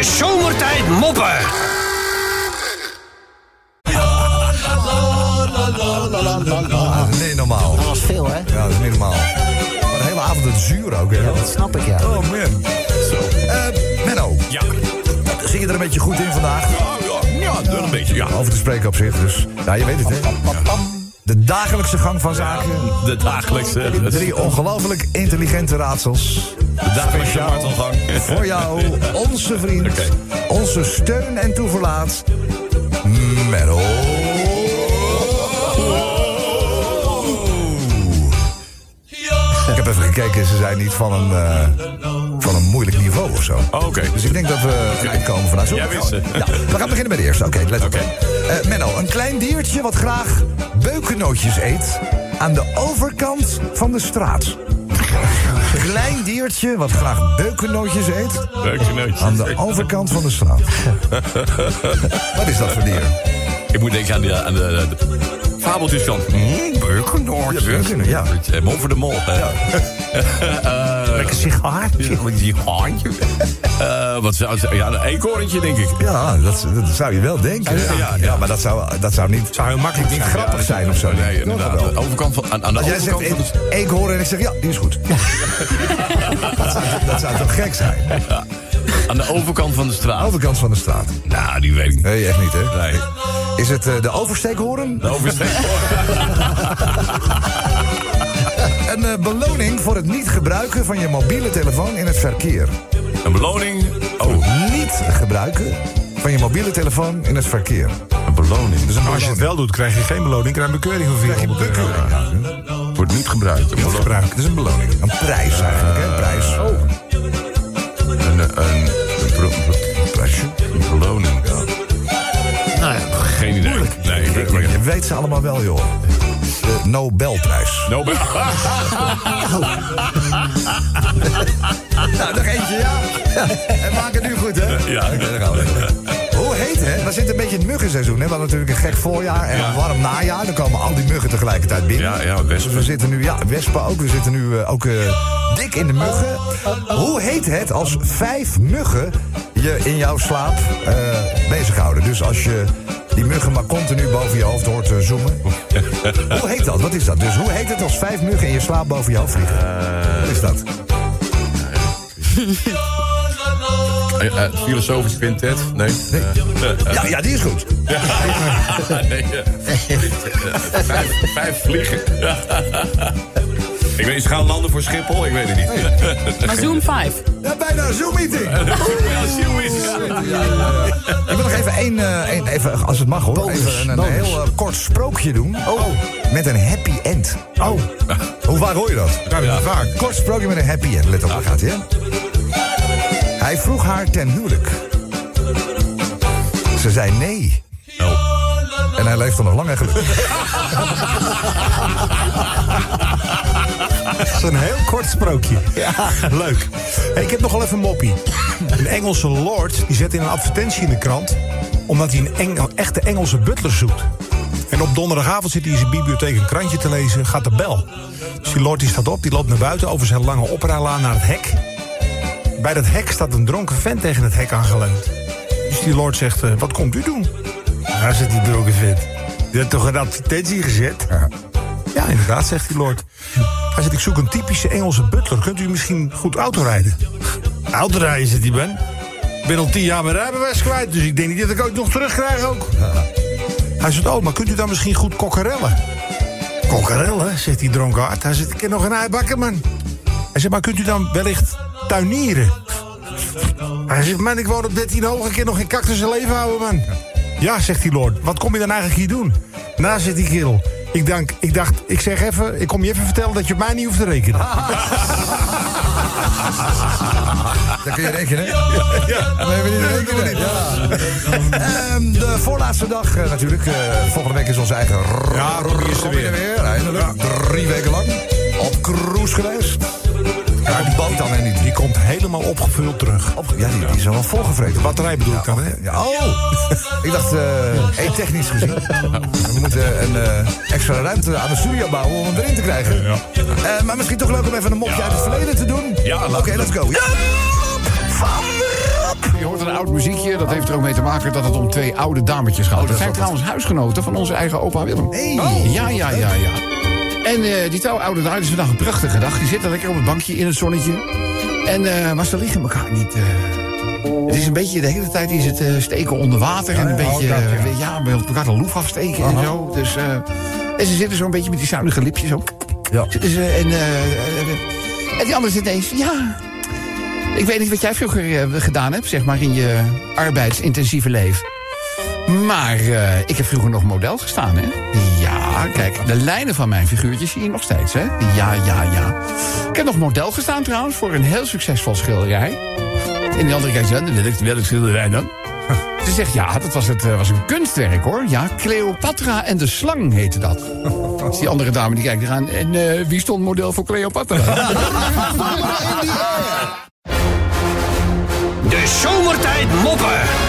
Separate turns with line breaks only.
Zomertijd moppen.
Nee, normaal.
Dat was veel, hè?
Ja, dat is niet normaal. Maar de hele avond het zuur ook, hè?
Ja, dat snap ik, ja.
Oh, man. Zo. Menno.
Ja.
Zit je er een beetje goed in vandaag?
Ja, een beetje, ja.
Over te spreken op zich, dus... Ja, je weet het, hè? De dagelijkse gang van zaken.
De dagelijkse...
3 ongelooflijk intelligente raadsels.
De dagelijkse
Speciaal
martelgang.
voor jou, onze vriend.
Oké.
Onze steun en toeverlaat. Menno. Ik heb even gekeken, ze zijn niet van een moeilijk niveau of zo.
Oh, oké.
Dus ik denk dat we eruit komen vanuit.
Jij wist het.
Ja, we gaan beginnen bij de eerste. Oké, let op. Menno, een klein diertje wat graag beukennootjes eet aan de overkant van de straat. Klein diertje wat graag beukennootjes eet
Beukennootjes.
aan de overkant van de straat. Wat is dat voor dier?
Ik moet denken aan de fabeltjes van... Beukennootjes.
Ja.
Mol voor de mol.
Lekker sigaartje.
Die haantje. Wat zou het zijn? Ja, een eekhoorntje, denk ik.
Ja, dat zou je wel denken. Ja, maar dat zou niet...
Zou heel makkelijk
niet
zijn.
grappig zijn of zo.
Nee, inderdaad. Aan de overkant van... Aan de
Als jij
overkant
zegt
van de...
eekhoorn en ik zeg ja, die is goed. Dat zou toch gek zijn?
Ja. Aan de overkant van de straat.
Overkant van de straat.
Nou, die weet ik niet.
Nee, echt niet, hè?
Nee.
Is het de oversteekhoorn?
De oversteek.
Een beloning voor het niet gebruiken van je mobiele telefoon in het verkeer.
Een beloning. Oh,
Niet gebruiken van je mobiele telefoon in het verkeer.
een beloning. Dus
Maar als je het wel doet, krijg je geen beloning. Krijg je een bekeuring van
Krijg je
400 euro.
bekeuring.
Wordt niet gebruikt.
Niet gebruikt. Dat is een beloning. Een prijs eigenlijk, hè? Een prijs.
Een prijsje. Een beloning.
Nou ja,
Geen idee. Nee, ik weet het
Je weet ze allemaal wel, joh. De Nobelprijs.
Nobel.
Nou, nog eentje, ja. En maak het nu goed, hè?
Ja.
Oké, daar gaan we. Hoe heet het? We zitten een beetje in het muggenseizoen, hè? We hadden natuurlijk een gek voorjaar en een warm najaar. Dan komen al die muggen tegelijkertijd binnen.
Ja, best.
Dus we zitten nu, wespen ook. We zitten nu ook dik in de muggen. Hoe heet het als 5 muggen je in jouw slaap bezighouden? Dus als je die muggen maar continu boven je hoofd hoort zoomen. Hoe heet dat? Wat is dat? Dus hoe heet het als 5 muggen in je slaap boven je hoofd vliegen? Wat is dat?
Filosofisch quintet? Nee.
Ja, die is goed.
Nee. 5 vliegen. Ik weet niet, ze gaan landen voor Schiphol? Ik weet het niet.
Maar Zoom 5.
Ja, bijna Zoom-meeting. Ik wil nog even als het mag hoor, even een heel kort sprookje doen. Met een happy end. Hoe vaak hoor je dat?
Ja, vaak.
Kort sprookje met een happy end. Let op, daar gaat hij, hè? Hij vroeg haar ten huwelijk. Ze zei nee. En hij leeft er nog lang en gelukkig.
Dat is een heel kort sprookje. Ja, leuk. Hey, ik heb nog wel even een moppie. Een Engelse lord die zet in een advertentie in de krant... omdat hij een echte Engelse butler zoekt. En op donderdagavond zit hij in zijn bibliotheek een krantje te lezen, gaat de bel. Dus die lord die staat op, die loopt naar buiten over zijn lange oprijlaan naar het hek. Bij dat hek staat een dronken vent tegen het hek aangeleund. Dus die lord zegt, wat komt u doen? Daar zit die dronken vent. Die heeft toch een advertentie gezet? Ja, inderdaad, zegt die lord. Hij zegt, ik zoek een typische Engelse butler. Kunt u misschien goed autorijden? Autorijden, zegt die Ben. Ik ben al 10 jaar mijn rijbewijs kwijt, dus ik denk niet dat ik ooit nog terugkrijg ook. Hij zegt, oh, maar kunt u dan misschien goed kokkerellen? Kokkerellen, zegt die dronkaard. Hij zegt, ik ken nog een eibakken, man. Hij zegt, maar kunt u dan wellicht tuinieren? Hij zegt, man, ik woon op 13 hoog, ik kan nog geen cactus in leven houden, man. Ja, zegt die lord, wat kom je dan eigenlijk hier doen? Nou, zegt die kerel, ik kom je even vertellen dat je op mij niet hoeft te rekenen.
Dan kun je rekenen. Ja. Dan hebben we niet rekenen. Ja. De voorlaatste dag natuurlijk. Volgende week is onze eigen
Robbie is er weer.
Eindelijk. 3 weken lang. Op cruise geweest. Ja, die boot dan en niet.
Die komt helemaal opgevuld terug.
Ja, die is wel volgevreten.
Batterij bedoel ik dan, hè?
Ja, ik dacht, technisch gezien. We moeten een extra ruimte aan de studio bouwen om hem erin te krijgen. Maar misschien toch leuk om even een mopje uit het verleden te doen.
Ja,
Oké, let's go. Ja. Van Rob.
Je hoort een
oud muziekje. Dat heeft er ook mee te maken dat het om 2 oude dametjes gaat. Dat zijn trouwens huisgenoten van onze eigen opa Willem.
Hey.
Ja. En die 2 oude dames, het is vandaag een prachtige dag. Die zitten lekker op het bankje in het zonnetje. Maar ze liggen elkaar niet... Het is een beetje de hele tijd is het steken onder water. En een beetje bij elkaar de loef afsteken en zo. Dus, en ze zitten zo een beetje met die zuinige lipjes ook.
Ja.
En die andere zit ineens... Ja, ik weet niet wat jij vroeger gedaan hebt, zeg maar, in je arbeidsintensieve leven. Maar ik heb vroeger nog model gestaan, hè? Ja, kijk, de lijnen van mijn figuurtjes zie je nog steeds, hè? Ja. Ik heb nog model gestaan trouwens voor een heel succesvol schilderij. En die andere kijkt zo, welk schilderij dan? Ze zegt, ja, dat was een kunstwerk, hoor. Ja, Cleopatra en de slang heette dat. Dus die andere dame die kijkt eraan. En wie stond model voor Cleopatra?
De zomertijd moppen.